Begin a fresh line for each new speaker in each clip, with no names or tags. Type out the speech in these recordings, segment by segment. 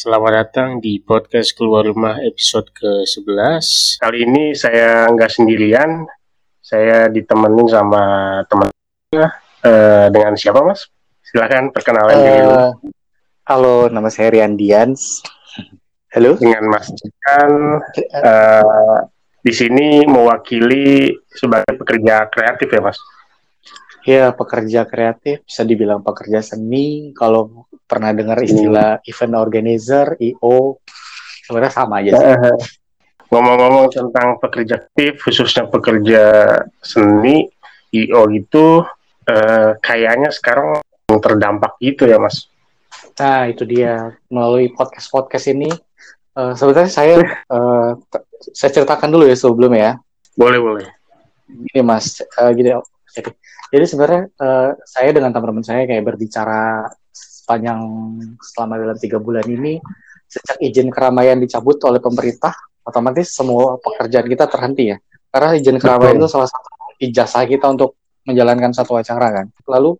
Selamat datang di podcast Keluar Rumah episode ke-11. Kali ini saya nggak sendirian, saya ditemenin sama teman dengan siapa mas? Silahkan perkenalan diri dulu.
Halo, nama saya Rian Dians. Halo.
Dengan Mas Jikan, di sini mewakili sebagai pekerja kreatif ya mas?
Ya, pekerja kreatif, bisa dibilang pekerja seni. Kalau pernah dengar istilah event organizer, I.O., sebenarnya sama aja sih.
Ngomong-ngomong tentang pekerja kreatif, khususnya pekerja seni, I.O. itu kayaknya sekarang terdampak gitu ya mas?
Nah, itu dia. Melalui podcast ini, sebenarnya saya ceritakan dulu ya sebelumnya ya.
Boleh.
Gini mas, gini. Jadi sebenarnya saya dengan teman-teman saya kayak berbicara sepanjang selama dalam 3 bulan ini, sejak izin keramaian dicabut oleh pemerintah, otomatis semua pekerjaan kita terhenti ya. Karena izin keramaian itu salah satu ijazah kita untuk menjalankan satu acara kan. Lalu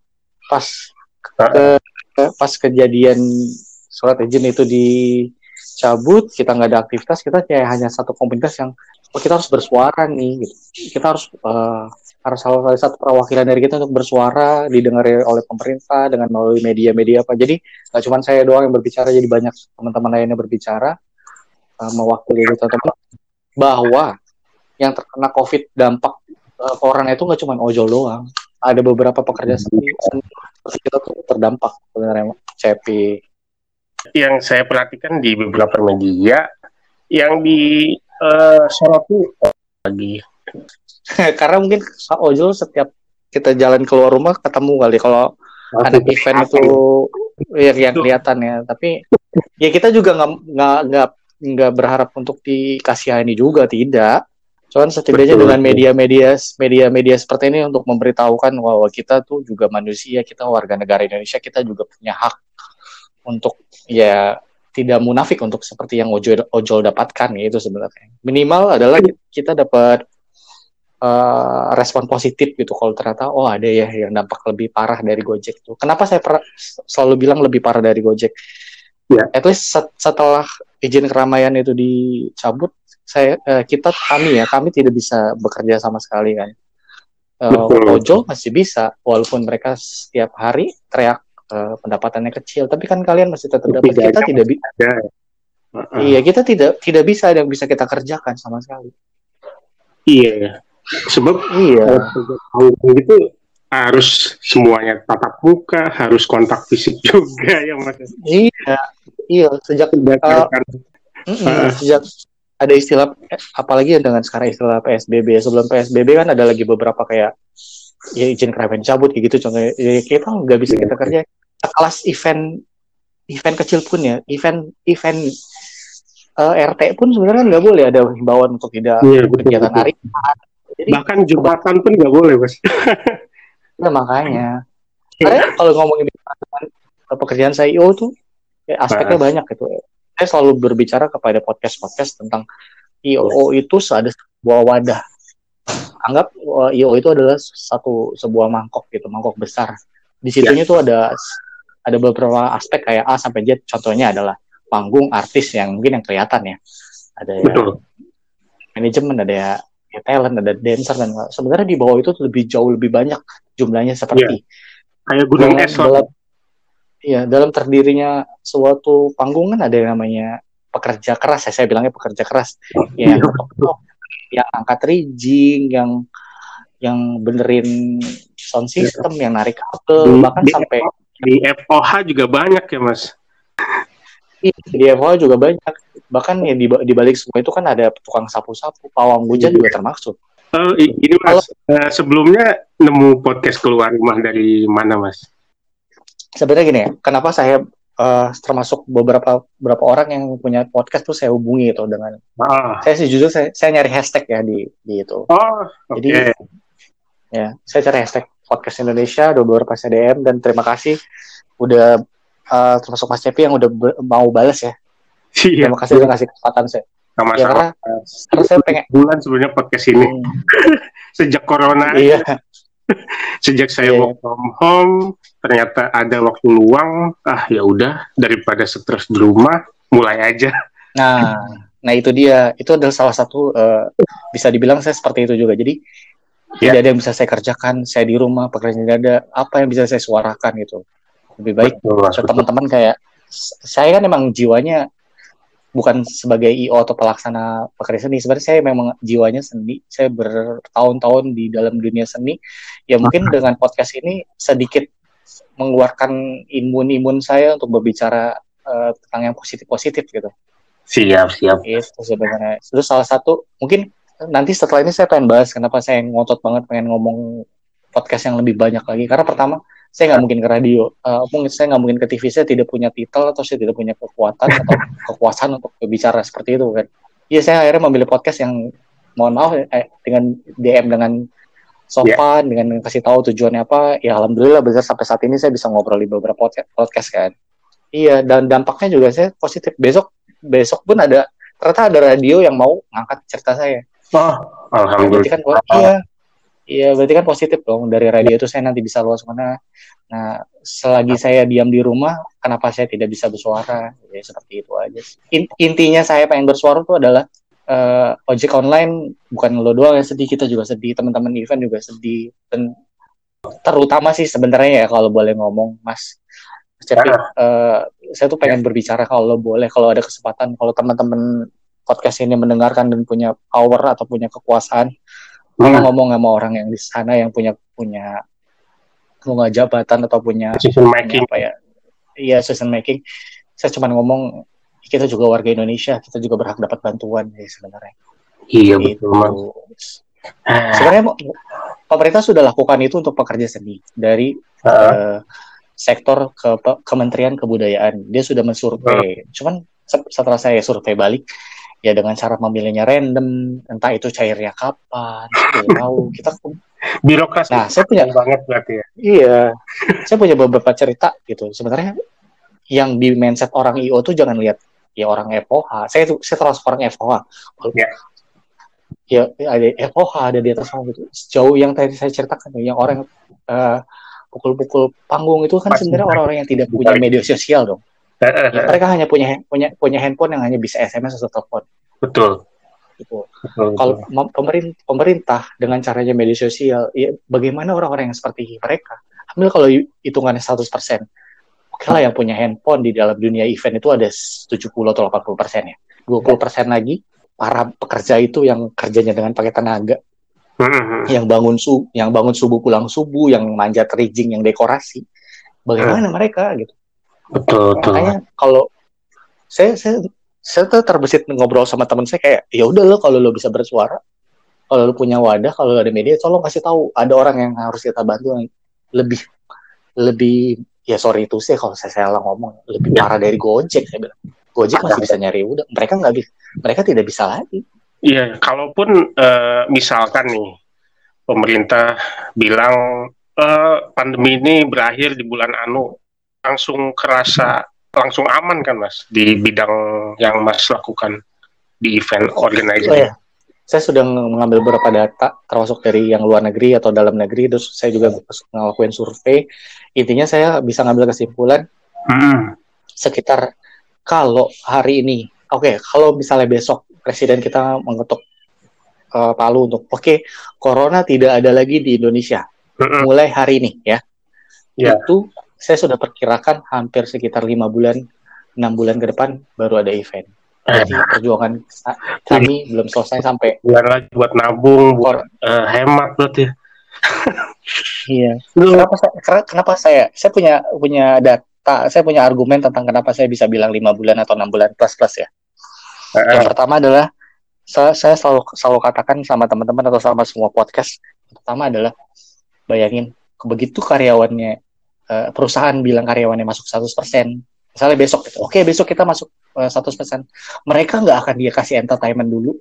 pas kejadian surat izin itu dicabut, kita nggak ada aktivitas, kita kayak hanya satu komunitas yang kita harus bersuara nih gitu. Kita harus salah satu perwakilan dari kita untuk bersuara, didengar oleh pemerintah dengan melalui media-media apa. Jadi nggak cuma saya doang yang berbicara, jadi banyak teman-teman lainnya berbicara mewakili teman-teman bahwa yang terkena COVID dampak corona itu nggak cuma ojol doang, ada beberapa pekerja seni kita tuh terdampak sebenarnya, Cepi.
Yang saya perhatikan di beberapa media yang di soroti lagi.
Karena mungkin ojol setiap kita jalan keluar rumah ketemu kali kalau anak event itu ya yang kelihatan ya. Tapi ya kita juga nggak berharap untuk dikasihani juga, tidak. Cuman setidaknya dengan media seperti ini untuk memberitahukan bahwa kita tuh juga manusia, kita warga negara Indonesia, kita juga punya hak untuk ya tidak munafik untuk seperti yang ojol dapatkan ya, itu sebenarnya. Minimal adalah kita dapat respon positif gitu kalau ternyata ada ya yang dampak lebih parah dari Gojek tuh. Kenapa saya selalu bilang lebih parah dari Gojek? Ya. At least setelah izin keramaian itu dicabut, kami tidak bisa bekerja sama sekali kan. Ojol masih bisa, walaupun mereka setiap hari teriak pendapatannya kecil, tapi kan kalian masih tetap dapat. Kita tidak bisa. Iya, kita tidak bisa yang bisa kita kerjakan sama sekali.
Iya. Sebab itu harus semuanya tatap muka, harus kontak fisik juga ya mas.
Iya sejak ada istilah, apalagi dengan sekarang istilah PSBB. Sebelum PSBB kan ada lagi beberapa kayak ya izin keramaian cabut kayak gitu, contohnya ya, kita nggak bisa kita kerja. Kelas event kecil pun ya, event RT pun sebenarnya nggak boleh ada himbauan untuk tidak kegiatan hari.
Jadi, bahkan Jumatan pun nggak boleh mas.
Nah makanya karena kalau ngomongin pekerjaan saya IO tuh aspeknya banyak gitu. Saya selalu berbicara kepada podcast tentang IO itu ada sebuah wadah. Anggap IO itu adalah sebuah mangkok gitu, mangkok besar. Di situnya tuh ada beberapa aspek kayak A sampai Z. Contohnya adalah panggung, artis yang mungkin yang kelihatan ya. Ada ya manajemen, ada ya talent, ada dancer, dan sebenarnya di bawah itu jauh lebih banyak jumlahnya seperti
kayak gunung es.
Dalam terdirinya suatu panggung kan ada yang namanya pekerja keras ya, saya bilangnya pekerja keras yang angkat rigging, yang benerin sound system, yang narik kabel, bahkan sampai
di FOH juga banyak ya mas.
Di FOH juga banyak. Bahkan ya di balik semua itu kan ada tukang sapu-sapu, pawang hujan juga termasuk.
Ini mas, sebelumnya nemu podcast Keluar Rumah dari mana mas?
Sebenarnya gini ya, kenapa saya termasuk beberapa orang yang punya podcast tuh saya hubungi gitu dengan. Saya sih jujur saya nyari hashtag ya di itu. Jadi ya saya cari hashtag podcast Indonesia, ada beberapa CDM, dan terima kasih udah termasuk Mas Cepi yang udah mau balas ya. Terima kasih udah kasih kesempatan saya.
Ya, karena
saya pengen
bulan sebenarnya podcast ini sejak corona.
Iya.
Sejak saya work from home, ternyata ada waktu luang. Ya udah, daripada stres di rumah, mulai aja.
Nah, itu dia. Itu adalah salah satu bisa dibilang saya seperti itu juga. Jadi tidak ada yang bisa saya kerjakan. Saya di rumah, pekerjaan tidak ada. Apa yang bisa saya suarakan gitu. Lebih baik teman-teman kayak saya kan emang jiwanya bukan sebagai IO atau pelaksana pekerja seni. Sebenarnya saya memang jiwanya seni. Saya bertahun-tahun di dalam dunia seni. Ya mungkin dengan podcast ini sedikit mengeluarkan imun saya untuk berbicara tentang yang positif-positif gitu.
Siap.
Itu sebenarnya. Itu salah satu, mungkin nanti setelah ini saya pengen bahas kenapa saya ngotot banget pengen ngomong podcast yang lebih banyak lagi. Karena pertama, saya nggak mungkin ke radio, saya nggak mungkin ke TV, saya tidak punya titel atau saya tidak punya kekuatan atau kekuasaan untuk berbicara seperti itu kan. Iya, saya akhirnya memilih podcast yang, mohon maaf, dengan DM dengan sopan, dengan kasih tahu tujuannya apa. Ya alhamdulillah besar sampai saat ini saya bisa ngobrol di beberapa podcast kan. Iya, dan dampaknya juga saya positif. Besok pun ternyata ada radio yang mau ngangkat cerita saya.
Oh, alhamdulillah.
Berarti kan iya, berarti kan positif dong. Dari radio itu saya nanti bisa luas mana. Nah, selagi saya diam di rumah, kenapa saya tidak bisa bersuara? Ya, seperti itu aja. Intinya saya pengen bersuara itu adalah ojek online bukan lo doang yang sedih, kita juga sedih, teman-teman event juga sedih. Dan terutama sih sebenarnya ya kalau boleh ngomong, Mas Cepi, saya tuh pengen berbicara kalau boleh, kalau ada kesempatan, kalau teman-teman podcast ini mendengarkan dan punya power atau punya kekuasaan, ngomong sama orang yang di sana yang punya jabatan atau punya
decision making.
Apa ya? Iya, decision making. Saya cuma ngomong kita juga warga Indonesia, kita juga berhak dapat bantuan ya sebenarnya.
Iya betul, Mas.
Sebenarnya pemerintah sudah lakukan itu untuk pekerja seni dari sektor Kementerian Kebudayaan. Dia sudah mensurvei. Cuman setelah saya survei balik, ya dengan cara memilihnya random, entah itu cairnya kapan, saya tahu kita
birokrasi.
Nah, saya punya
banget berarti ya.
Iya, saya punya beberapa cerita gitu. Sebenarnya yang di mindset orang IO tuh jangan lihat ya orang FOH. Saya termasuk orang FOH. Ya ada FOH, ada di atas panggung gitu. Sejauh yang tadi saya ceritakan, yang orang pukul-pukul panggung itu kan sebenarnya orang-orang yang tidak punya media sosial dong. Ya, mereka hanya punya handphone yang hanya bisa SMS atau telepon.
Betul.
Gitu. Kalau pemerintah dengan caranya media sosial, ya bagaimana orang-orang yang seperti mereka? Ambil kalau hitungannya 100%. Oke lah, yang punya handphone di dalam dunia event itu ada 70 atau 80% ya. 20% lagi para pekerja itu yang kerjanya dengan pakai tenaga. Yang bangun subuh pulang subuh, yang manjat rigging, yang dekorasi. Bagaimana mereka gitu?
Betul.
Makanya kalau saya tuh terbesit ngobrol sama teman saya kayak, ya udah lo kalau lo bisa bersuara, kalau lo punya wadah, kalau ada media, tolong kasih tahu ada orang yang harus kita bantu yang lebih ya sorry itu sih kalau saya salah ngomong, lebih parah dari Gojek. Saya bilang Gojek masih bisa nyari, udah mereka tidak bisa lagi.
Iya, kalaupun misalkan nih pemerintah bilang pandemi ini berakhir di bulan anu, langsung aman kan Mas di bidang yang Mas lakukan di event organizer.
Ya. Saya sudah mengambil beberapa data termasuk dari yang luar negeri atau dalam negeri, terus saya juga ngelakuin survei. Intinya saya bisa ngambil kesimpulan sekitar kalau hari ini, kalau misalnya besok presiden kita mengetuk palu untuk corona tidak ada lagi di Indonesia mulai hari ini ya. Itu saya sudah perkirakan hampir sekitar 6 bulan ke depan baru ada event. Jadi perjuangan kami belum selesai sampai
bulan lagi buat nabung, buat hemat berarti.
Iya. Kenapa saya punya data, saya punya argumen tentang kenapa saya bisa bilang 5 bulan atau 6 bulan plus ya. Yang pertama adalah saya selalu katakan sama teman-teman atau sama semua podcast. Pertama adalah bayangin begitu karyawannya perusahaan bilang karyawannya masuk 100%. Misalnya besok kita masuk 100%. Mereka nggak akan dia kasih entertainment dulu.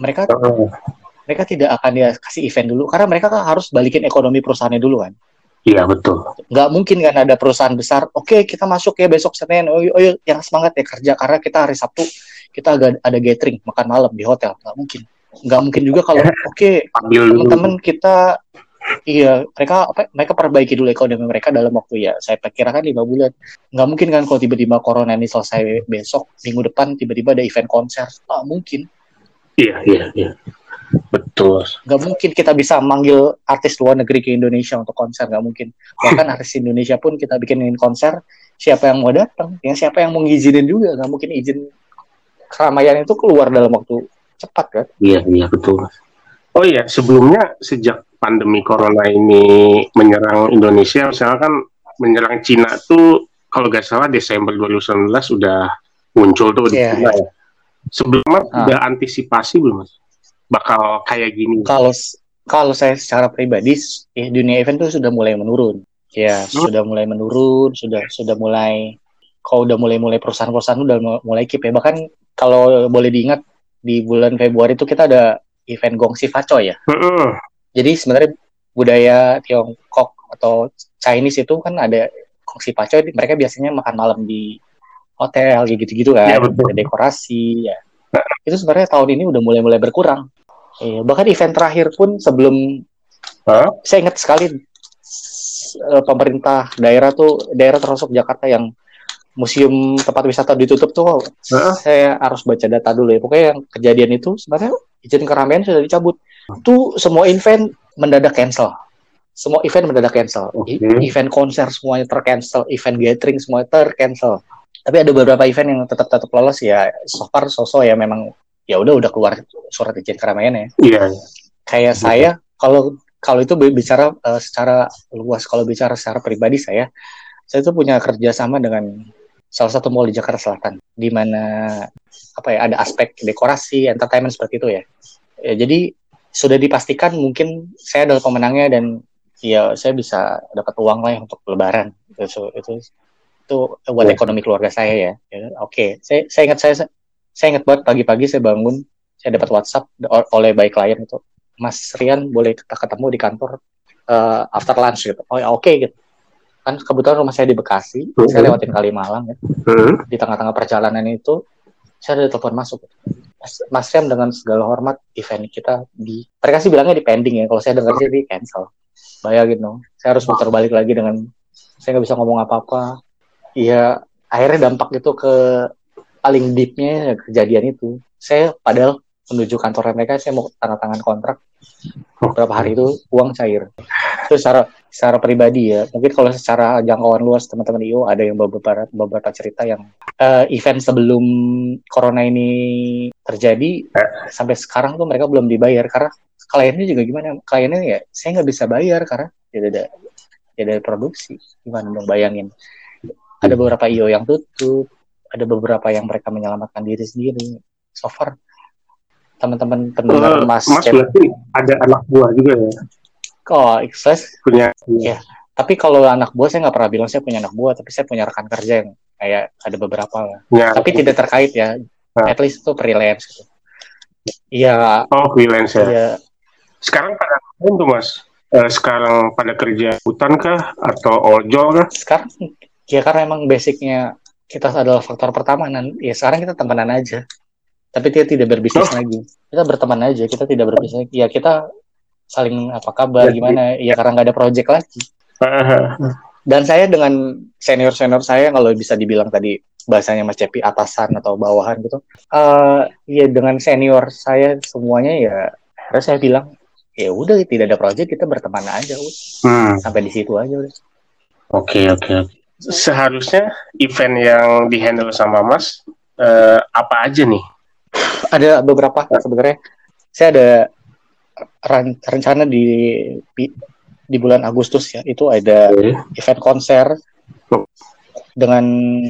Mereka tidak akan dia kasih event dulu karena mereka kan harus balikin ekonomi perusahaannya dulu kan.
Iya betul.
Nggak mungkin kan ada perusahaan besar. Kita masuk ya besok Senin. Yang semangat ya kerja karena kita hari Sabtu kita ada gathering makan malam di hotel. Nggak mungkin juga kalau teman-teman kita Iya, mereka perbaiki dulu ekonomi mereka dalam waktu ya. Saya perkirakan 5 bulan. Nggak mungkin kan kalau tiba-tiba corona ini selesai besok, minggu depan tiba-tiba ada event konser. Nggak mungkin.
Iya. Betul.
Nggak mungkin kita bisa manggil artis luar negeri ke Indonesia untuk konser. Nggak mungkin. Bahkan artis Indonesia pun kita bikinin konser, siapa yang mau datang? Siapa yang mau ngizinin juga. Nggak mungkin izin keramaian itu keluar dalam waktu cepat kan?
Iya, betul. Oh iya, sebelumnya sejak pandemi corona ini menyerang Indonesia, misalnya kan menyerang Cina tuh kalau nggak salah Desember 2019 udah muncul tuh di Cina ya. Sebelumnya udah antisipasi belum Mas? Bakal kayak gini?
Kalau saya secara pribadi, dunia event tuh sudah mulai menurun. Ya, sudah mulai menurun, sudah mulai, kalau udah mulai perusahaan-perusahaan udah mulai keep ya. Bahkan kalau boleh diingat di bulan Februari itu kita ada event Gongsi Facoy ya. Jadi sebenarnya budaya Tiongkok atau Chinese itu kan ada Gongsi Facoy, mereka biasanya makan malam di hotel gitu-gitu kan, ya, ada dekorasi ya. Itu sebenarnya tahun ini udah mulai berkurang. Bahkan event terakhir pun sebelum saya ingat sekali pemerintah daerah termasuk Jakarta yang museum tempat wisata ditutup tuh, saya harus baca data dulu ya. Pokoknya yang kejadian itu sebenarnya izin keramaian sudah dicabut. Tuh semua event mendadak cancel. Event konser semuanya tercancel, event gathering semuanya tercancel. Tapi ada beberapa event yang tetap lolos ya. So far ya memang ya udah keluar surat izin keramaian ya.
Iya.
Kayak saya kalau itu bicara secara luas, kalau bicara secara pribadi saya tuh punya kerjasama dengan salah satu mall di Jakarta Selatan, di mana ada aspek dekorasi, entertainment seperti itu ya. Jadi sudah dipastikan mungkin saya adalah pemenangnya dan ya saya bisa dapat uang lah untuk lebaran. Itu buat ekonomi keluarga saya ya. Oke. Saya ingat banget pagi-pagi saya bangun, saya dapat WhatsApp oleh by klien itu, Mas Rian boleh kita ketemu di kantor after lunch gitu. Oh ya oke gitu. Kan kebetulan rumah saya di Bekasi, saya lewatin Kalimalang ya. Di tengah-tengah perjalanan itu saya ada telepon masuk. Mas Rian dengan segala hormat, event kita mereka sih bilangnya di pending ya. Kalau saya dengar sih di cancel. Bayangin dong, saya harus muter balik lagi dengan saya nggak bisa ngomong apa-apa. Iya, akhirnya dampak itu ke paling deepnya kejadian itu. Saya padahal menuju kantor mereka, saya mau tanda tangan kontrak. Beberapa hari itu uang cair. Itu secara pribadi ya. Mungkin kalau secara jangkauan luas teman-teman IO ada yang beberapa cerita yang event sebelum corona ini terjadi sampai sekarang tuh mereka belum dibayar karena kliennya juga gimana? Kliennya ya saya nggak bisa bayar karena tidak ada produksi. Gimana dong bayangin? Ada beberapa IO yang tutup, ada beberapa yang mereka menyelamatkan diri sendiri. So far teman-teman pendengar Mas
berarti ada anak buah juga ya?
Ikhlas punya ya. Tapi kalau anak buah saya nggak pernah bilang saya punya anak buah, tapi saya punya rekan kerja yang kayak ada beberapa lah. Ya, tapi tidak terkait ya. At least itu freelance gitu. Iya.
Oh, freelance ya. Iya. Sekarang pada ngapain tuh Mas? Sekarang pada kerja hutan kah atau ojol kah?
Sekarang ya karena emang basicnya kita adalah faktor pertemanan. Ya sekarang kita temenan aja. Tapi kita tidak berbisnis lagi. Kita berteman aja, kita tidak berbisnis lagi. Ya kita saling apa kabar gimana? Ya karena nggak ada project lagi. Dan saya dengan senior saya kalau bisa dibilang tadi bahasanya Mas Cepi atasan atau bawahan gitu. Ya dengan senior saya semuanya ya akhirnya saya bilang ya udah tidak ada project, kita berteman aja sampai di situ aja udah.
Oke. Seharusnya event yang dihandle sama Mas apa aja nih?
Ada beberapa sebenarnya. Saya ada rencana di bulan Agustus ya, itu ada event konser dengan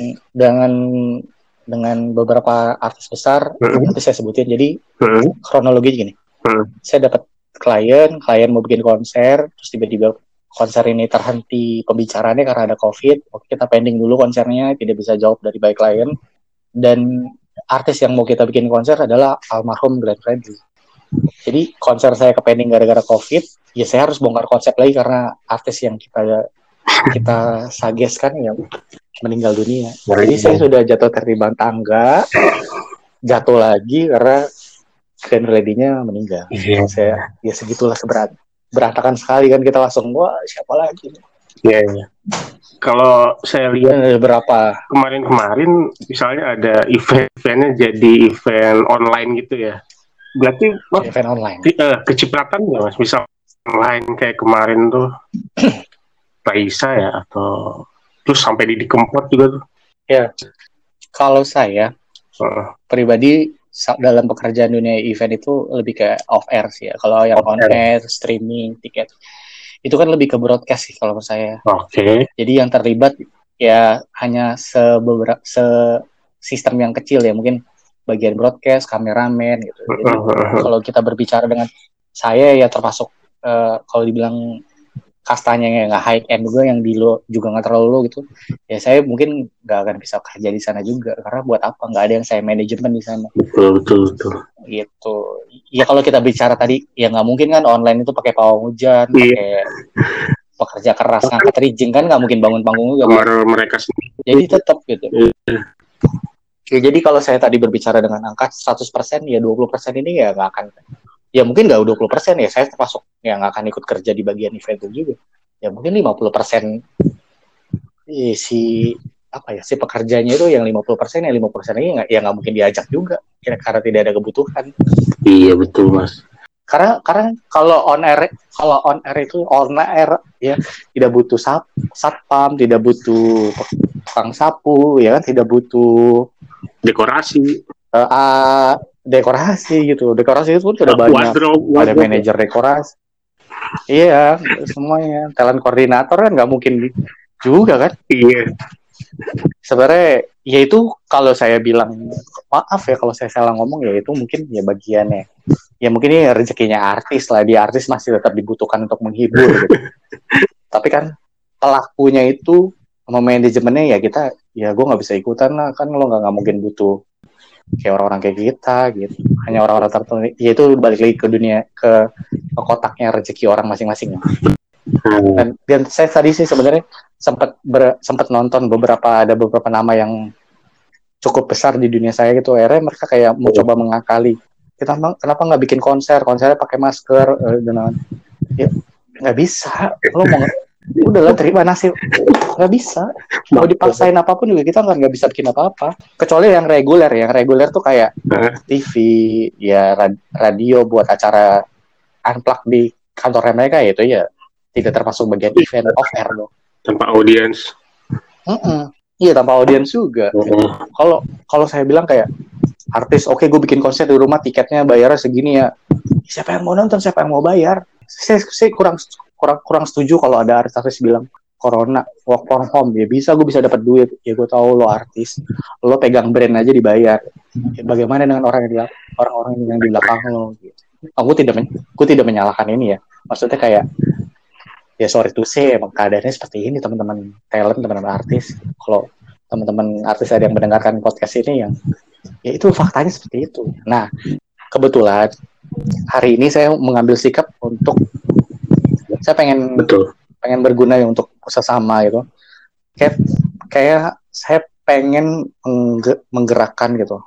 beberapa artis besar. Nanti saya sebutin. Jadi kronologi gini. Saya dapat klien mau bikin konser, terus tiba-tiba konser ini terhenti pembicaraannya karena ada COVID. Oke, kita pending dulu konsernya, tidak bisa jawab dari by klien. Dan artis yang mau kita bikin konser adalah almarhum Glenn Fredly. Jadi konser saya kepending gara-gara COVID, ya saya harus bongkar konsep lagi karena artis yang kita sageskan ya meninggal dunia. Jadi saya sudah jatuh tertimbang tangga, jatuh lagi karena Glenn Fredly-nya meninggal. Saya ya segitulah seberat. berantakan sekali kan, kita langsung wah siapa lagi.
Iya, iya. Kalau saya lihat
Berapa
kemarin misalnya ada eventnya jadi event online gitu ya. Berarti
event online?
kecipratan nggak mas? Misal online kayak kemarin tuh Raisa ya, atau terus sampai di Kempot juga tuh.
Ya, kalau saya pribadi dalam pekerjaan dunia event itu lebih ke off air sih ya. Kalau yang on air, streaming, tiket, itu kan lebih ke broadcast sih kalau menurut saya.
Oke.
Jadi yang terlibat ya hanya sistem yang kecil ya, mungkin bagian broadcast, kameramen gitu. Jadi kalau kita berbicara dengan saya ya termasuk kalau dibilang kastanya nggak high end juga, yang di lo juga nggak terlalu low gitu, ya saya mungkin nggak akan bisa kerja di sana juga, karena buat apa, nggak ada yang saya manajemen di sana.
Betul
gitu ya. Kalau kita bicara tadi ya nggak mungkin kan online itu pakai pawang hujan, pakai pekerja keras ngangkat rigging kan, nggak mungkin bangun panggung juga kan? Mereka sendiri. Jadi tetap gitu. Ya, jadi kalau saya tadi berbicara dengan angka 100%, ya 20% ini ya nggak akan, ya mungkin nggak 20% ya saya termasuk yang akan ikut kerja di bagian event itu juga. Ya mungkin 50% si pekerjanya itu, yang 50% ya 50% ini nggak mungkin diajak juga karena tidak ada kebutuhan.
Iya betul mas.
Karena kalau on air itu on air ya, tidak butuh satpam, tidak butuh tukang sapu ya kan, tidak butuh dekorasi gitu. Dekorasi itu pun sudah banyak. Ada manajer dekorasi. Iya, semuanya. Talent koordinator kan nggak mungkin juga kan? Iya. Sebenarnya ya itu kalau saya bilang, maaf ya kalau saya salah ngomong, ya itu mungkin ya bagiannya. Ya mungkin ini rezekinya artis lah. Dia artis masih tetap dibutuhkan untuk menghibur gitu. Tapi kan pelakunya itu sama manajemennya ya kita, ya gue nggak bisa ikutan lah kan, lo nggak mungkin butuh kayak orang-orang kayak kita gitu. Hanya orang-orang tertentu. Ya itu balik lagi ke dunia, ke kotaknya rezeki orang masing-masing. Dan saya tadi sih sebenarnya sempat nonton ada beberapa nama yang cukup besar di dunia saya gitu. Akhirnya mereka kayak mau coba mengakali. Kenapa nggak bikin konsernya pakai masker dan ya nggak bisa. Lo mau udahlah terima nasib, nggak bisa. Mau dipaksain apapun juga kita nggak bisa bikin apa-apa, kecuali yang reguler tuh kayak TV ya, radio buat acara unplug di kantornya mereka, itu ya tidak termasuk bagian event off air dong,
tanpa audiens.
Iya, tanpa audiens juga. Kalau saya bilang kayak artis, oke, gue bikin konser di rumah, tiketnya bayarnya segini ya, siapa yang mau nonton, siapa yang mau bayar? Saya kurang setuju kalau ada artis bilang corona work from home, ya bisa, gue bisa dapat duit, ya gue tahu lo artis, lo pegang brand aja dibayar, ya, bagaimana dengan orang-orang yang di belakang lo gitu. Aku tidak menyalahkan ini ya, maksudnya kayak ya sorry to say, emang keadaannya seperti ini teman-teman talent, teman-teman artis. Kalau teman-teman artis ada yang mendengarkan podcast ini, yang ya itu faktanya seperti itu. Nah kebetulan hari ini saya mengambil sikap untuk saya pengen berguna ya untuk sesama gitu. Kayak saya pengen menggerakkan gitu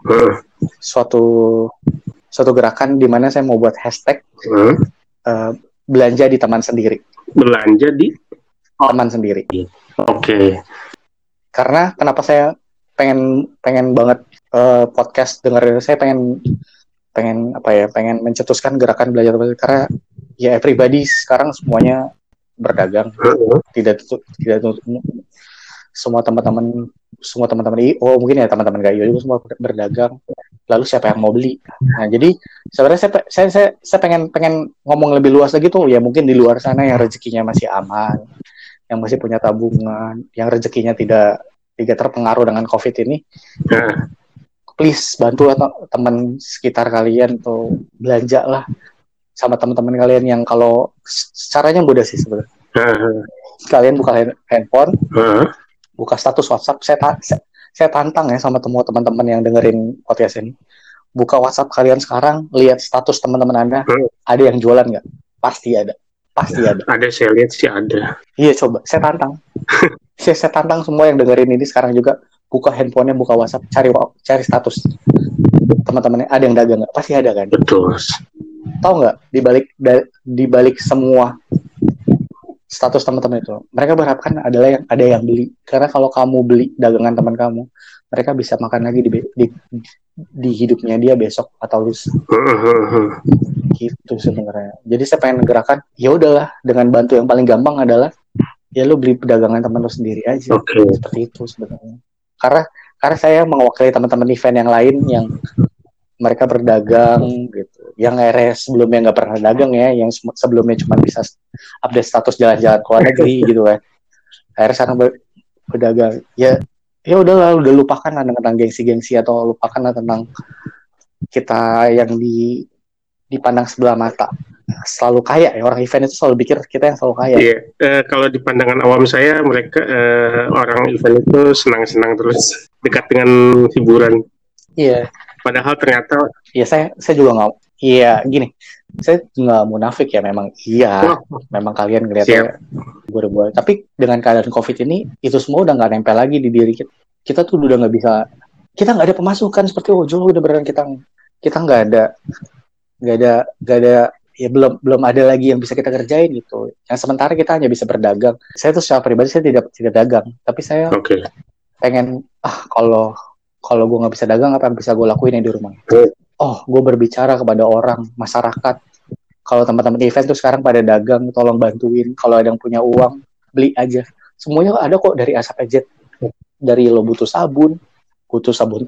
suatu gerakan di mana saya mau buat hashtag belanja di teman sendiri. Belanja di teman sendiri. Oke. Karena kenapa saya pengen banget podcast dengerin, saya pengen mencetuskan gerakan belajar, karena ya everybody sekarang semuanya berdagang, tidak tutup semua teman-teman IO, mungkin ya teman-teman gak IO juga semua berdagang, lalu siapa yang mau beli? Nah jadi sebenarnya saya pengen ngomong lebih luas lagi tuh, ya mungkin di luar sana yang rezekinya masih aman, yang masih punya tabungan, yang rezekinya tidak terpengaruh dengan COVID ini, please bantu teman sekitar kalian tuh, belanja lah sama teman-teman kalian yang kalau caranya mudah sih sebenarnya. Kalian buka handphone, buka status WhatsApp. Saya tantang ya sama teman-teman yang dengerin podcast ini. Buka WhatsApp kalian sekarang, lihat status teman-teman Anda, ada yang jualan nggak? Pasti ada. Ada, saya lihat sih ada. Iya, coba saya tantang. saya tantang semua yang dengerin ini sekarang juga, buka handphonenya, buka WhatsApp, cari status teman-temannya, ada yang dagang nggak? Pasti ada kan? Betul. tahu nggak di balik semua status teman-teman itu, mereka berharapkan adalah yang ada yang beli. Karena kalau kamu beli dagangan teman kamu, mereka bisa makan lagi di hidupnya dia besok atau lusa. Gitu sebenarnya. Jadi saya pengen gerakan, ya udahlah, dengan bantu yang paling gampang adalah ya lu beli dagangan teman lu sendiri aja. Seperti itu sebenarnya. Karena saya mewakili teman-teman event yang lain yang mereka berdagang gitu, yang RS sebelumnya nggak pernah dagang ya, yang sebelumnya cuma bisa update status jalan-jalan ke luar negeri gitu kan, RS sekarang berdagang, ya udahlah, udah lupakan lah tentang gengsi-gengsi, atau lupakan lah tentang kita yang dipandang sebelah mata selalu kaya ya, orang event itu selalu pikir kita yang selalu kaya.
Iya, kalau di pandangan awam saya, mereka orang event itu senang-senang terus dekat dengan hiburan.
Iya.
Padahal ternyata,
ya saya juga nggak, iya gini, saya nggak munafik ya, memang memang kalian ngeliatnya buat, tapi dengan keadaan COVID ini itu semua udah nggak nempel lagi di diri kita. Kita tuh udah nggak bisa, kita nggak ada pemasukan seperti ojol, udah beneran kita nggak ada ya, belum ada lagi yang bisa kita kerjain gitu. Yang sementara kita hanya bisa berdagang. Saya tuh secara pribadi saya tidak dagang, tapi saya pengen kalau gue nggak bisa dagang, apa yang bisa gue lakuin di rumah? Gue berbicara kepada orang, masyarakat. Kalau teman-teman event tuh sekarang pada dagang, tolong bantuin. Kalau ada yang punya uang, beli aja. Semuanya ada kok, dari A sampai Z. Dari lo butuh sabun sabun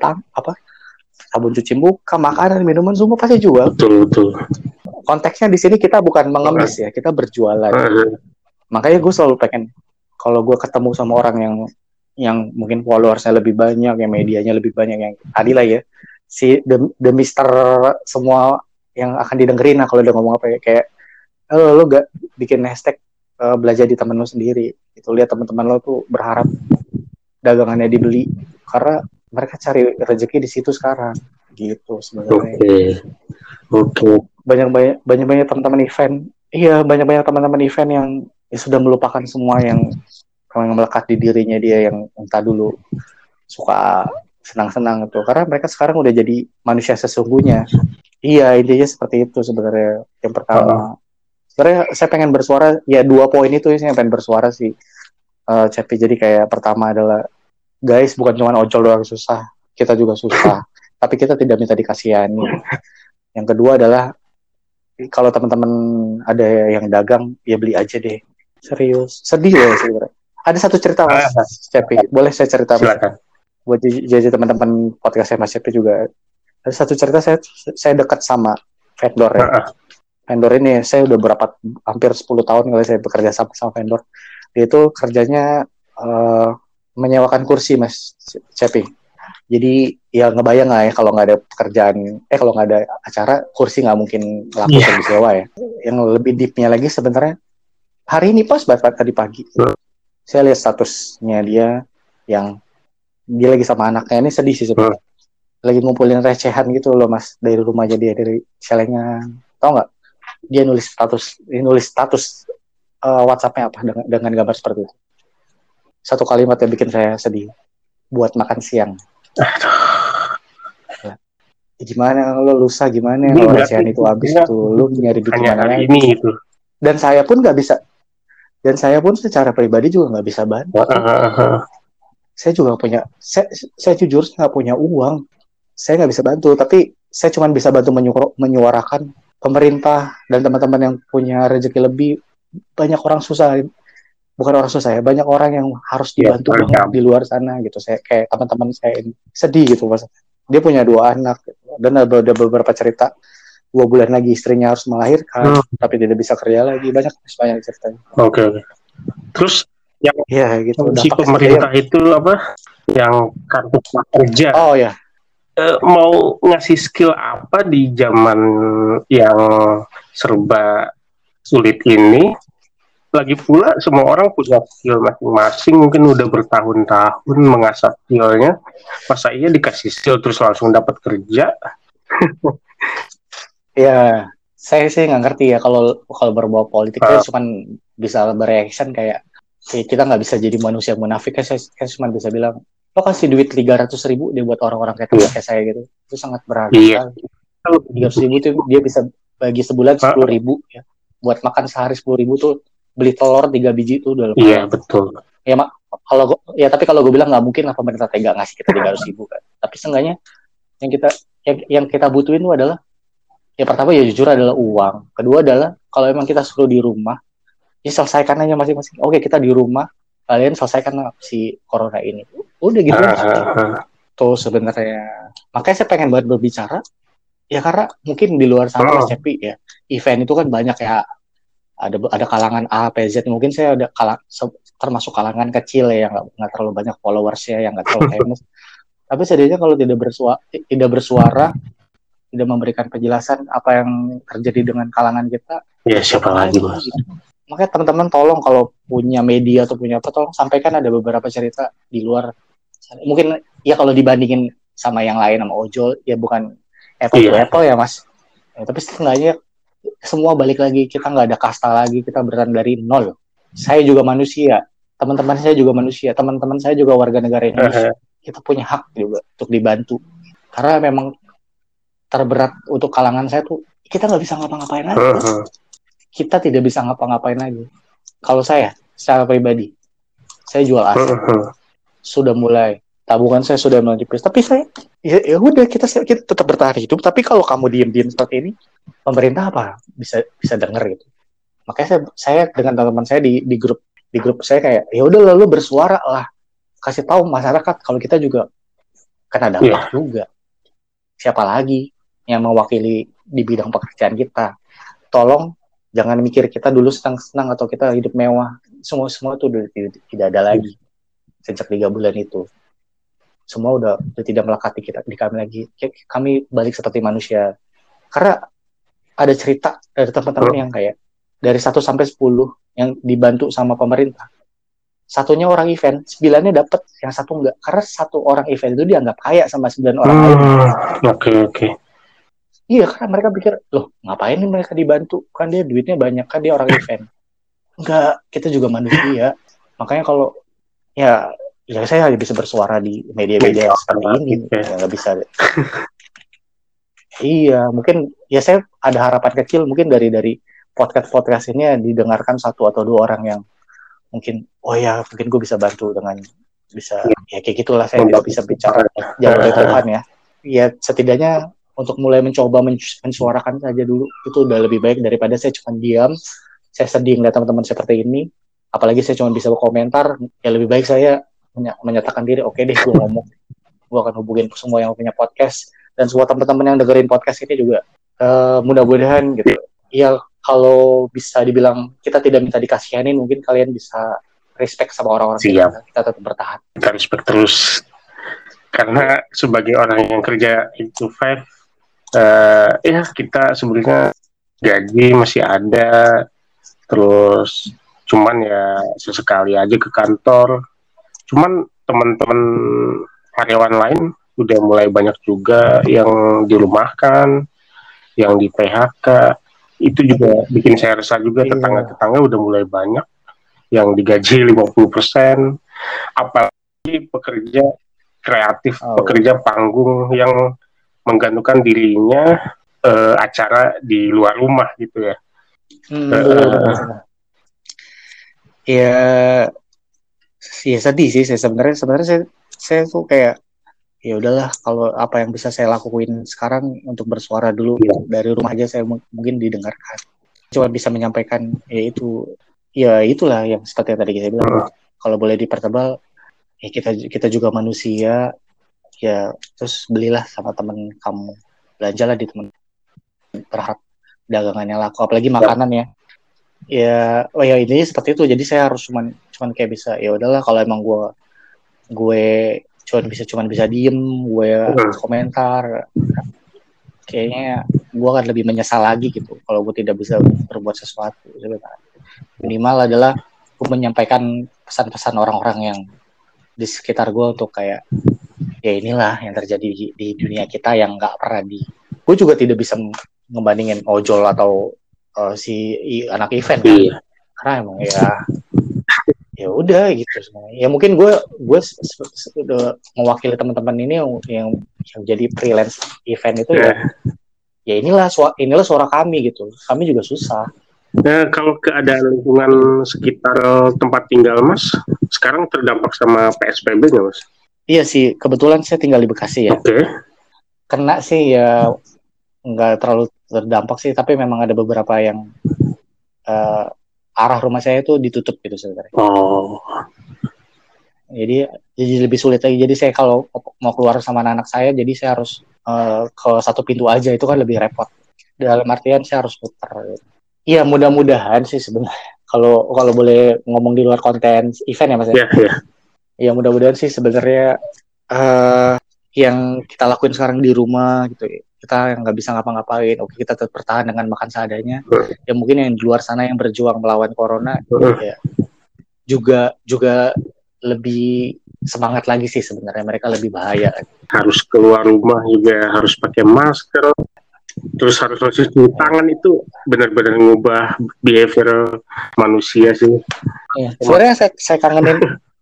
cuci muka, makanan, minuman, semua pasti jual.
Betul.
Konteksnya di sini kita bukan mengemis ya, kita berjualan. Makanya gue selalu pengen, kalau gue ketemu sama orang yang mungkin followersnya lebih banyak, yang medianya lebih banyak, yang tadi lah ya, si the mister semua yang akan didengerin. Nah kalau udah ngomong apa ya, kayak lo gak bikin hashtag belajar di temen lo sendiri, itu lihat teman-teman lo tuh berharap dagangannya dibeli karena mereka cari rezeki di situ sekarang gitu sebenarnya.
Oke.
Banyak teman-teman event, banyak teman-teman event yang sudah melupakan semua yang melekat di dirinya dia, yang entah dulu suka senang-senang itu, karena mereka sekarang udah jadi manusia sesungguhnya. Intinya seperti itu sebenarnya. Yang pertama, sebenarnya saya pengen bersuara, ya 2 poin itu saya pengen bersuara sih, Cepi. Jadi kayak pertama adalah, guys, bukan cuma ojol doang susah, kita juga susah, tapi kita tidak minta dikasihani. Yang kedua adalah, kalau teman-teman ada yang dagang, ya beli aja deh. Serius, sedih loh sebenarnya. Ada satu cerita Mas Cepi, boleh saya cerita?
Silakan.
Buat jadi teman-teman podcast saya Mas Cepi juga. Ada satu cerita, saya dekat sama vendor ya. Vendor ini saya udah hampir 10 tahun kali saya bekerja sama vendor. Dia itu kerjanya menyewakan kursi Mas Cepi. Jadi ya ngebayang lah ya, kalau nggak ada pekerjaan, kalau nggak ada acara, kursi nggak mungkin laku dan disewa ya. Yang lebih deepnya lagi sebenarnya, hari ini pas banget tadi pagi, saya lihat statusnya dia, yang dia lagi sama anaknya. Ini sedih sih sebenarnya. Lagi ngumpulin recehan gitu loh Mas, dari rumahnya dia, dari celengan. Tahu nggak? Dia nulis status WhatsApp-nya apa dengan gambar seperti itu. Satu kalimat yang bikin saya sedih. Buat makan siang. Gimana lo lusa, gimana kalau recehan itu habis itu, lo nyari duit gimana lagi?
Itu.
Dan saya pun nggak bisa. Dan saya pun secara pribadi juga nggak bisa bantu. Saya juga saya jujur nggak punya uang. Saya nggak bisa bantu, tapi saya cuma bisa bantu menyuarakan pemerintah dan teman-teman yang punya rezeki lebih. Banyak orang susah, bukan orang susah ya, banyak orang yang harus dibantu banget di luar sana gitu. Saya kayak teman-teman saya ini sedih gitu Mas. Dia punya 2 anak gitu. Dan ada beberapa cerita 2 bulan lagi istrinya harus melahirkan, tapi tidak bisa kerja lagi. Banyak ceritanya.
Oke. Terus yang
gitu,
si pemerintah itu apa? Yang kartu prakerja. Mau ngasih skill apa di zaman yang serba sulit ini? Lagi pula semua orang punya skill masing-masing, mungkin udah bertahun-tahun mengasah skillnya. Masa iya dikasih skill terus langsung dapat kerja?
Ya, saya sih nggak ngerti ya, kalau berbau politik itu cuma bisa bereaction kayak, kita nggak bisa jadi manusia munafik. Saya cuma bisa bilang, lo kasih duit 300.000 dia buat orang-orang kayak saya gitu, itu sangat berharga. 300.000 itu dia bisa bagi sebulan 10.000 ya, buat makan sehari 10.000 tuh, beli telur 3 biji tuh udah
Iya,
lumayan.
betul.
Ya tapi kalau gue bilang nggak mungkin lah pemerintah tega ngasih kita 300.000 kan. Tapi seenggaknya yang kita butuhin itu adalah, ya pertama ya jujur adalah uang. Kedua adalah kalau emang kita suruh di rumah, ya selesaikan aja masing-masing. Oke, kita di rumah, kalian selesaikan si corona ini. Udah gitu aja. Tuh sebenarnya. Makanya saya pengen banget berbicara. Ya karena mungkin di luar sana Mas Cepi ya, event itu kan banyak ya. Ada kalangan A, P, Z. Mungkin saya ada termasuk kalangan kecil ya, yang nggak terlalu banyak followers ya, yang nggak terlalu famous. Tapi setidaknya kalau tidak bersuara, tidak memberikan penjelasan apa yang terjadi dengan kalangan kita,
ya siapa lagi Mas?
Gitu. Makanya teman-teman tolong kalau punya media atau punya apa, tolong sampaikan ada beberapa cerita di luar. Mungkin ya kalau dibandingin sama yang lain, sama ojol, ya bukan apple to apple ya Mas. Ya, tapi setidaknya semua balik lagi, kita nggak ada kasta lagi, kita berani dari nol. Saya juga manusia, teman-teman saya juga manusia, teman-teman saya juga warga negara Indonesia. Kita punya hak juga untuk dibantu. Karena memang terberat untuk kalangan saya tuh, kita nggak bisa ngapa-ngapain lagi. Kita tidak bisa ngapa-ngapain lagi. Kalau saya, secara pribadi, saya jual aset. Sudah mulai, tabungan saya sudah menipis. Tapi saya, ya udah kita tetap bertahan hidup. Tapi kalau kamu diam-diam seperti ini, pemerintah apa bisa dengar gitu. Makanya saya dengan teman-teman saya di grup saya kayak, ya udah lalu bersuara lah, kasih tahu masyarakat kalau kita juga kena dampak juga. Siapa lagi yang mewakili di bidang pekerjaan kita? Tolong jangan mikir kita dulu senang-senang atau kita hidup mewah. Semua itu udah tidak ada lagi. Sejak 3 bulan itu, semua udah tidak melekati kita di kami lagi. Kami balik seperti manusia. Karena ada cerita dari teman-teman yang kayak dari 1 sampai 10 yang dibantu sama pemerintah. Satunya orang event, 9-nya dapat, yang satu enggak. Karena 1 orang event itu dianggap kaya sama 9 orang lain.
Oke.
Iya, karena mereka pikir, loh ngapain nih mereka dibantu? Kan dia duitnya banyak, kan dia orang event. Enggak, kita juga manusia. Makanya kalau, ya saya hanya bisa bersuara di media-media seperti ini. Ya nggak bisa. Iya, mungkin ya saya ada harapan kecil mungkin dari podcast ini didengarkan 1 atau 2 orang yang mungkin, oh ya mungkin gue bisa bantu dengan bisa, ya kayak gitulah, saya tidak bisa bicara jauh dari Tuhan ya. Ya setidaknya untuk mulai mencoba mensuarakan saja dulu, itu udah lebih baik daripada saya cuma diam, saya sedih ngeliat teman-teman seperti ini, apalagi saya cuma bisa berkomentar. Ya lebih baik saya menyatakan diri, oke deh gue ngomong, gue akan hubungin semua yang punya podcast, dan semua teman-teman yang dengerin podcast ini juga mudah-mudahan gitu. Ya kalau bisa dibilang kita tidak minta dikasihanin, mungkin kalian bisa respect sama orang-orang kita tetap bertahan.
Kita respect terus. Karena sebagai orang yang kerja 8 to 5, ya kita sebenarnya gaji masih ada, terus cuman ya sesekali aja ke kantor. Cuman teman-teman karyawan lain udah mulai banyak juga yang dirumahkan, yang di PHK. Itu juga bikin saya resah juga. Tetangga-tetangga udah mulai banyak yang digaji 50%. Apalagi pekerja kreatif, pekerja panggung yang menggantungkan dirinya acara di luar rumah gitu ya.
Ya sedih sih. Sebenarnya saya tuh kayak, ya udahlah, kalau apa yang bisa saya lakuin sekarang untuk bersuara dulu dari rumah aja, saya mungkin didengarkan. Cuma bisa menyampaikan, ya itulah yang seperti yang tadi saya bilang. Kalau boleh dipertebal, ya kita juga manusia. Ya terus belilah sama teman kamu, belanjalah di teman, berharap dagangannya laku, apalagi makanan ya. Ya ini seperti itu. Jadi saya harus cuman kayak bisa, ya udahlah, kalau emang gue cuman bisa diem, gue komentar, kayaknya gue akan lebih menyesal lagi gitu kalau gue tidak bisa berbuat sesuatu. Minimal adalah gue menyampaikan pesan-pesan orang-orang yang di sekitar gue untuk kayak, ya inilah yang terjadi di dunia kita yang nggak pernah gue juga tidak bisa ngebandingin ojol atau si anak event kan. Karena emang ya udah gitu semuanya. Ya mungkin gue udah mewakili teman-teman ini yang jadi freelance event itu. ya inilah suara kami gitu. Kami juga susah.
Nah, kalau keadaan lingkungan sekitar tempat tinggal Mas, sekarang terdampak sama PSBB nggak Mas?
Iya sih, kebetulan saya tinggal di Bekasi ya.
Oke.
Kena sih ya nggak terlalu terdampak sih, tapi memang ada beberapa yang arah rumah saya itu ditutup gitu sebenarnya.
Oh.
Jadi lebih sulit lagi. Jadi saya kalau mau keluar sama anak saya, jadi saya harus ke satu pintu aja, itu kan lebih repot. Dalam artian saya harus putar. Iya, mudah-mudahan sih sebenarnya. Kalau boleh ngomong di luar konten event ya Mas ya.
Iya, iya.
Ya mudah-mudahan sih sebenarnya yang kita lakuin sekarang di rumah gitu ya. Kita yang nggak bisa ngapa-ngapain, oke kita tetap bertahan dengan makan seadanya. Ya mungkin yang di luar sana yang berjuang melawan corona ya juga lebih semangat lagi sih sebenarnya, mereka lebih bahaya.
Harus keluar rumah juga harus pakai masker, terus harus cuci tangan, itu benar-benar ngubah behavior manusia sih.
Iya. Sebenarnya saya kangenin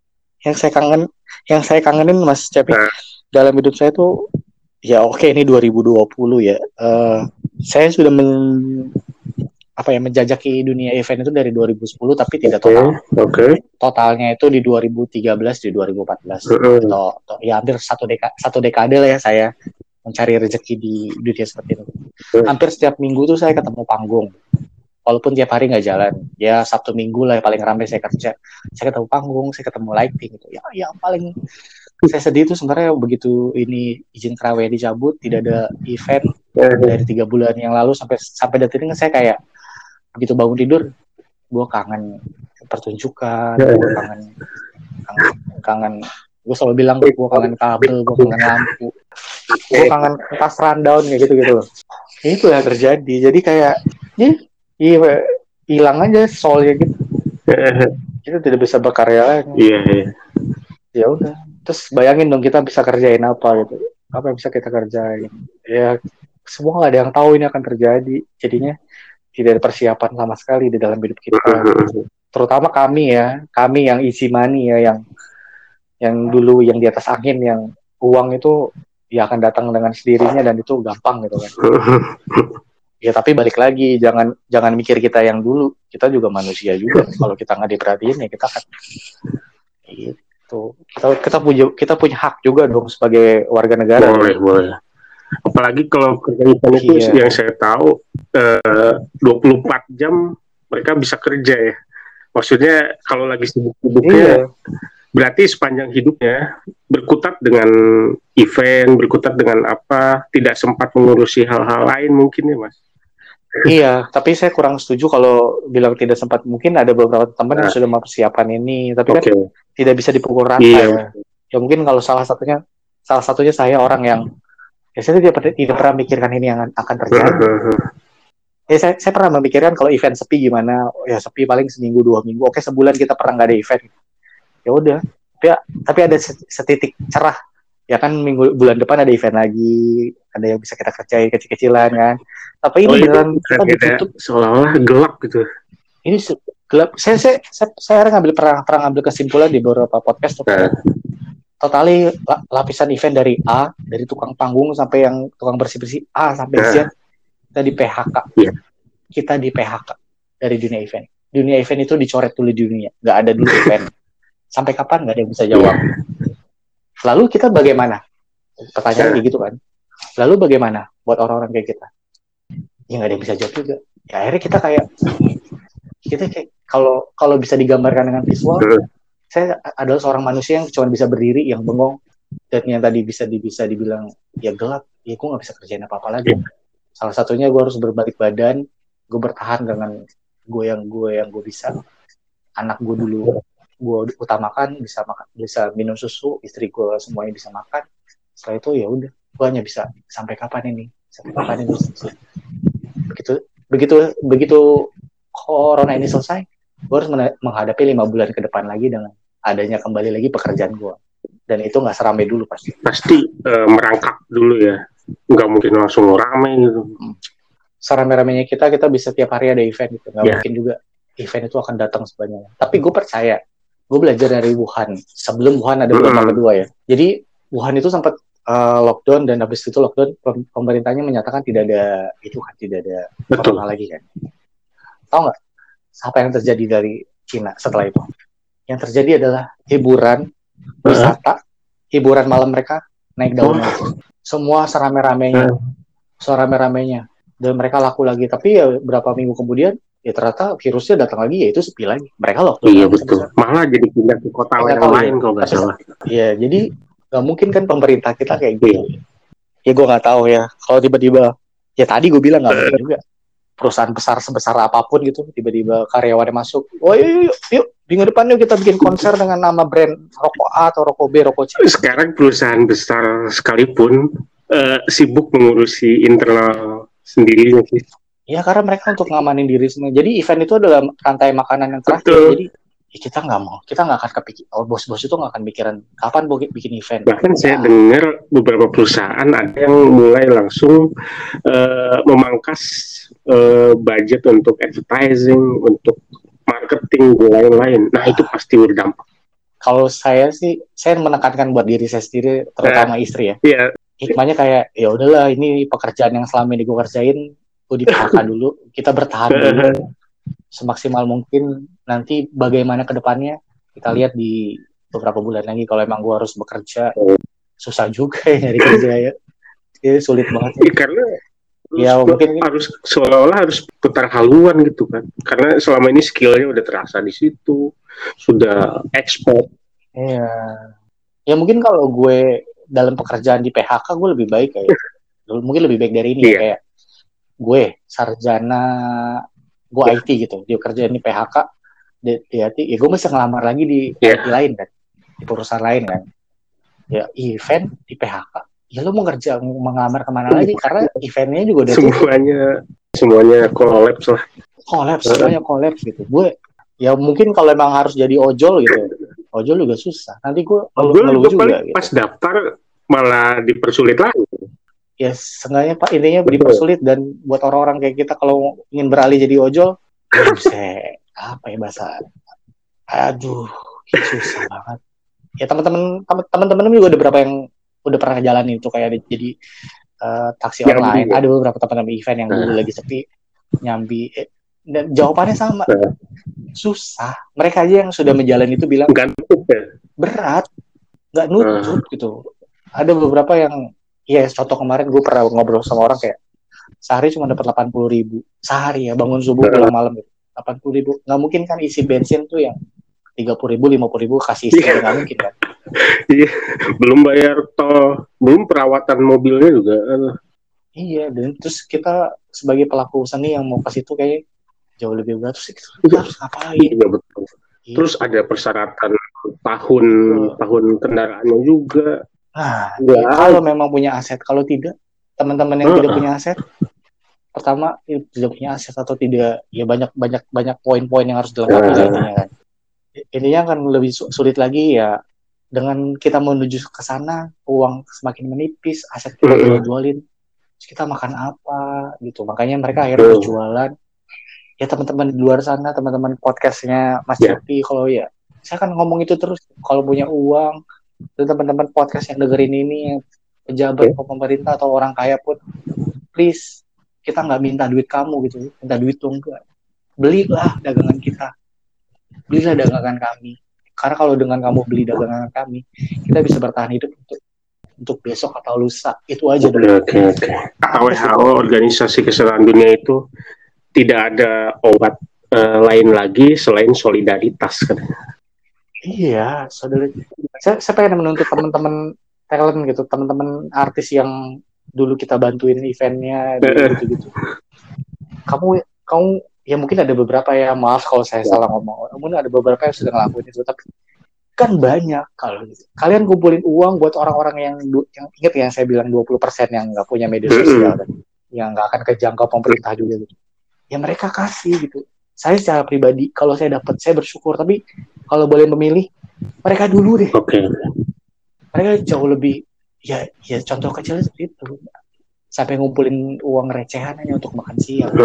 yang saya kangenin Mas Cepi dalam hidup saya tuh ya oke, ini 2020 ya. Saya sudah menjajaki dunia event itu dari 2010 tapi tidak total. Totalnya itu di 2013 di 2014. Atau ya hampir satu dekade lah ya saya mencari rezeki di dunia seperti itu. Hampir setiap minggu tuh saya ketemu panggung. Walaupun tiap hari nggak jalan. Ya Sabtu Minggu lah yang paling ramai saya kerja. Saya ketemu panggung, saya ketemu lighting gitu. Ya yang paling saya sedih itu sebenarnya begitu ini izin Krawe dicabut, tidak ada event dari 3 bulan yang lalu sampai detik ini saya kayak begitu bangun tidur, gue kangen pertunjukan, gue kangen, gue selalu bilang gue kangen kabel, gue kangen lampu, gue kangen pas rundown kayak gitu. Itu yang terjadi, jadi kayak hilang aja soalnya gitu. Kita tidak bisa berkarya lagi.
Iya.
Ya udah, terus bayangin dong kita bisa kerjain apa gitu, apa yang bisa kita kerjain? Ya semua nggak ada yang tahu ini akan terjadi, jadinya tidak ada persiapan sama sekali di dalam hidup kita. Terutama kami yang easy money ya, yang dulu yang di atas angin, yang uang itu ya akan datang dengan sendirinya dan itu gampang gitu kan. Ya tapi balik lagi, jangan mikir kita yang dulu, kita juga manusia juga. Kalau kita nggak diperhatiin ya kita kan itu kita punya hak juga dong sebagai warga negara.
Boleh. Apalagi kalau kerja event itu yang saya tahu 24 jam mereka bisa kerja ya. Maksudnya kalau lagi sibuk-sibuknya berarti sepanjang hidupnya berkutat dengan event, berkutat dengan apa, tidak sempat mengurusi hal-hal lain mungkin ya Mas.
Iya, tapi saya kurang setuju kalau bilang tidak sempat. Mungkin ada beberapa teman yang sudah mempersiapkan ini, tapi kan tidak bisa dipukul rata ya. Ya mungkin kalau salah satunya saya orang yang saya tidak pernah memikirkan ini yang akan terjadi. Saya pernah memikirkan kalau event sepi gimana. Ya sepi paling seminggu 2 minggu. Oke, sebulan kita pernah nggak ada event. Ya udah. Tapi ada setitik cerah. Ya kan bulan depan ada event lagi, ada yang bisa kita kerjain kecil-kecilan kan. Tapi ini beneran kita ditutup
seolah-olah gelap gitu.
Ini gelap. Saya pernah ngambil kesimpulan di beberapa podcast tuh. Totali lapisan event dari A, dari tukang panggung sampai yang tukang bersih-bersih A sampai Z, kita di PHK. Kita di PHK dari dunia event. Dunia event itu dicoret dulu di dunia, nggak ada dulu event. Sampai kapan nggak ada yang bisa jawab. Lalu kita bagaimana? Pertanyaannya gitu kan. Lalu bagaimana buat orang-orang kayak kita? Ya nggak ada yang bisa jawab juga. Ya akhirnya kita kayak kalau bisa digambarkan dengan visual, saya adalah seorang manusia yang cuma bisa berdiri, yang bengong, dan yang tadi bisa dibilang ya gelap, ya gue nggak bisa kerjain apa-apa lagi. Salah satunya gue harus berbalik badan, gue bertahan dengan gue yang gue bisa. Anak gue dulu gue utamakan, bisa minum susu, istri gue semuanya bisa makan. Setelah itu ya udah, gue hanya bisa sampai kapan ini. Begitu corona ini selesai, gue harus menghadapi 5 bulan ke depan lagi dengan adanya kembali lagi pekerjaan gue, dan itu nggak seramai dulu pasti
merangkak dulu ya, nggak mungkin langsung rame gitu.
Serame-ramenya kita bisa tiap hari ada event gitu, nggak mungkin juga event itu akan datang sebanyak. Tapi gue percaya, gue belajar dari Wuhan sebelum Wuhan ada gelombang kedua ya. Jadi Wuhan itu sempat lockdown, dan habis itu lockdown pemerintahnya menyatakan tidak ada
Betul.
corona lagi kan. Tahu nggak apa yang terjadi dari Cina setelah itu? Yang terjadi adalah hiburan, wisata, hiburan malam mereka naik daun aja. Semua serame-ramenya, dan mereka laku lagi. Tapi ya berapa minggu kemudian ya ternyata virusnya datang lagi, yaitu sepi lagi. Mereka lockdown.
Iya betul. Malah jadi pindah ke kota yang lain kalau nggak salah.
Iya, jadi nggak mungkin kan pemerintah kita kayak gitu. Ya gue nggak tahu ya. Kalau tiba-tiba, ya tadi gue bilang nggak mungkin juga. Perusahaan besar sebesar apapun gitu, tiba-tiba karyawannya masuk. Oh yuk, minggu depan yuk kita bikin konser dengan nama brand rokok A atau rokok B, rokok C.
Sekarang perusahaan besar sekalipun sibuk mengurusi internal sendirinya sih.
Ya karena mereka untuk ngamanin diri semua. Jadi event itu adalah rantai makanan yang terakhir.
Betul.
Jadi ya kita nggak akan kepikir. Bos-bos itu nggak akan pikiran kapan bikin event.
Bahkan saya dengar beberapa perusahaan ada yang mulai langsung memangkas budget untuk advertising, untuk marketing dan lain-lain. Nah itu pasti berdampak.
Kalau saya sih, saya menekankan buat diri saya sendiri, terutama istri ya.
Iya.
Hikmahnya kayak ya udahlah, ini pekerjaan yang selama ini gue kerjain, gue di PHK dulu, kita bertahan dulu semaksimal mungkin. Nanti bagaimana ke depannya kita lihat di beberapa bulan lagi. Kalau emang gue harus bekerja, susah juga ya nyari kerja ya. Ini sulit banget ya.
Karena
ya mungkin
harus seolah-olah harus putar haluan gitu kan. Karena selama ini skillnya udah terasa di situ, sudah ekspor.
Iya. Ya mungkin kalau gue dalam pekerjaan di PHK gue lebih baik kayak. Mungkin lebih baik dari ini ya, kayak gue sarjana, gue IT gitu, dia kerjaan di PHK, ya gue bisa ngelamar lagi di IT lain kan, di perusahaan lain kan. Ya event di PHK, ya lo mau ngelamar kemana lagi, karena eventnya juga udah
semuanya kolaps lah.
Semuanya kolaps gitu. Gue ya mungkin kalau emang harus jadi ojol gitu, ojol juga susah. Nanti gue ngeluh juga gitu.
Pas daftar malah dipersulit lagi.
Ya seenggaknya Pak, intinya dipersulit. Dan buat orang-orang kayak kita kalau ingin beralih jadi ojol, apa ya bahasa, aduh susah banget ya. Teman-teman juga ada beberapa yang udah pernah jalanin itu, kayak jadi taksi online. Ada beberapa teman-teman event yang dulu lagi sepi nyambi, dan jawabannya sama, susah. Mereka aja yang sudah menjalani itu bilang berat, nggak nutut gitu. Ada beberapa yang contoh kemarin gue pernah ngobrol sama orang kayak sehari cuma dapat 80.000 sehari ya, bangun subuh pulang malam gitu, 80.000. Nggak mungkin kan isi bensin tuh yang 30.000, 50.000 kasih isi, nggak mungkin kan.
Iya, belum bayar tol, belum perawatan mobilnya juga.
Iya, dan terus kita sebagai pelaku seni yang mau ke situ kayak jauh lebih berat, terus kita harus ngapain?
Iya betul. Terus ada persyaratan tahun kendaraannya juga.
Nah, kalau memang punya aset, kalau tidak, teman-teman yang tidak punya aset, pertama tidak punya aset atau tidak, ya banyak poin-poin yang harus dilengkapi intinya kan. Intinya kan lebih sulit lagi ya, dengan kita menuju ke sana, uang semakin menipis, aset kita jual-jualin, terus kita makan apa gitu. Makanya mereka akhirnya berjualan. Ya teman-teman di luar sana, teman-teman podcastnya Mas Cepi, kalau ya saya kan ngomong itu terus, kalau punya uang, dan teman-teman podcast yang dengerin ini, yang pejabat pemerintah atau orang kaya pun, please, kita nggak minta duit kamu gitu, minta duit tuh enggak. Belilah dagangan kita, belilah dagangan kami. Karena kalau dengan kamu beli dagangan kami, kita bisa bertahan hidup untuk besok atau lusa. Itu aja dulu.
Oke. WHO, Organisasi Kesehatan Dunia itu tidak ada obat lain lagi selain solidaritas kan.
Iya, saya pengen menuntut teman-teman talent gitu, teman-teman artis yang dulu kita bantuin eventnya gitu. Kamu ya mungkin ada beberapa ya, maaf kalau saya salah ngomong. Mungkin ada beberapa yang sudah ngelakuin itu, tapi kan banyak kalau gitu. Kalian kumpulin uang buat orang-orang yang ingat ya, saya bilang 20% yang nggak punya media sosial kan, yang nggak akan kejangkau pemerintah juga gitu. Ya mereka kasih gitu. Saya secara pribadi, kalau saya dapat, saya bersyukur. Tapi kalau boleh memilih, mereka dulu deh. Mereka jauh lebih, ya contoh kecil seperti itu. Sampai ngumpulin uang recehan hanya untuk makan siang.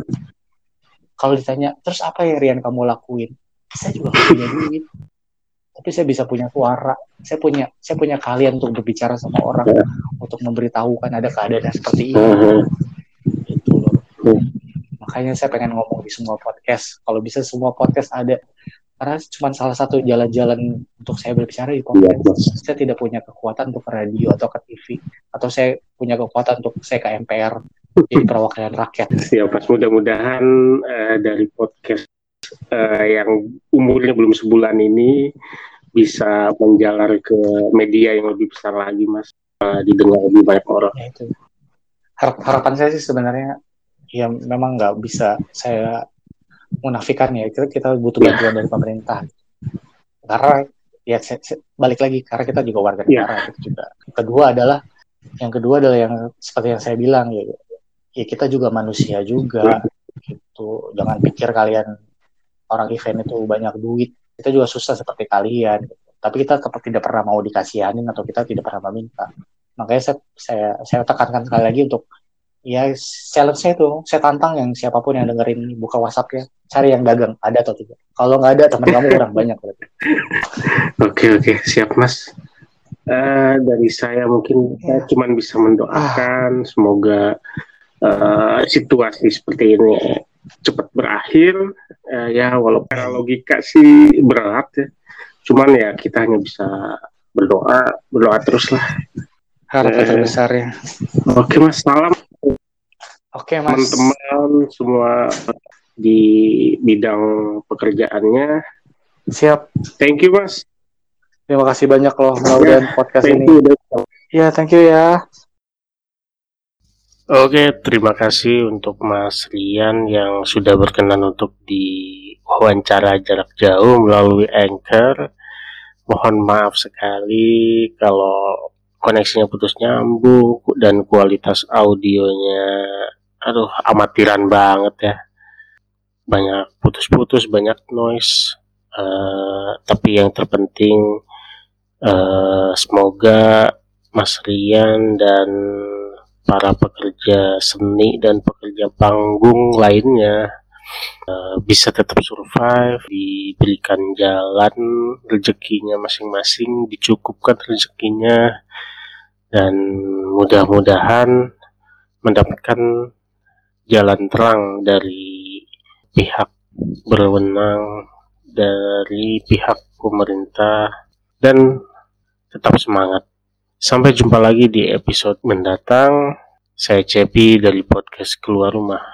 Kalau ditanya, terus apa ya Rian kamu lakuin? Saya juga gak punya duit. tapi saya bisa punya suara, saya punya kalian untuk berbicara sama orang, untuk memberitahukan ada keadaan seperti ini. Itu loh. Makanya saya pengen ngomong di semua podcast. Kalau bisa semua podcast ada, karena cuma salah satu jalan-jalan untuk saya berbicara di podcast. Saya tidak punya kekuatan untuk ke radio atau ke TV, atau saya punya kekuatan untuk saya ke MPR jadi perwakilan rakyat.
Ya Mas, mudah-mudahan dari podcast yang umurnya belum sebulan ini bisa menjalar ke media yang lebih besar lagi, Mas, didengar lebih banyak orang.
Ya, itu harapan saya sih sebenarnya, ya memang nggak bisa saya munafikan ya, kita butuh bantuan dari pemerintah, karena ya balik lagi, karena kita juga warga negara. Kita juga yang kedua adalah yang seperti yang saya bilang ya kita juga manusia juga gitu. Jangan pikir kalian orang event itu banyak duit, kita juga susah seperti kalian gitu. Tapi kita tidak pernah mau dikasihanin atau kita tidak pernah meminta. Makanya saya tekankan sekali lagi untuk ya challenge saya itu, saya tantang yang siapapun yang dengerin buka WhatsApp ya, cari yang dagang, ada atau tidak. Kalau nggak ada, teman kamu kurang banyak.
Oke, siap Mas. Dari saya mungkin saya cuma bisa mendoakan semoga situasi seperti ini cepat berakhir. Ya walaupun logika sih berat ya, cuman ya kita hanya bisa berdoa terus lah.
Harapan terbesar ya.
Oke Mas, salam.
Oke Mas.
Teman-teman semua di bidang pekerjaannya.
Siap.
Thank you Mas.
Terima kasih banyak loh mudah-mudahan podcast ini. Ya, thank you ya.
Oke, terima kasih untuk Mas Rian yang sudah berkenan untuk diwawancara jarak jauh melalui Anchor. Mohon maaf sekali kalau koneksinya putus nyambung dan kualitas audionya amatiran banget ya. Banyak putus-putus, banyak noise. Tapi yang terpenting semoga Mas Rian dan para pekerja seni dan pekerja panggung lainnya bisa tetap survive, diberikan jalan rezekinya masing-masing, dicukupkan rezekinya, dan mudah-mudahan mendapatkan jalan terang dari pihak berwenang, dari pihak pemerintah, dan tetap semangat. Sampai jumpa lagi di episode mendatang. Saya Cepi dari podcast Keluar Rumah.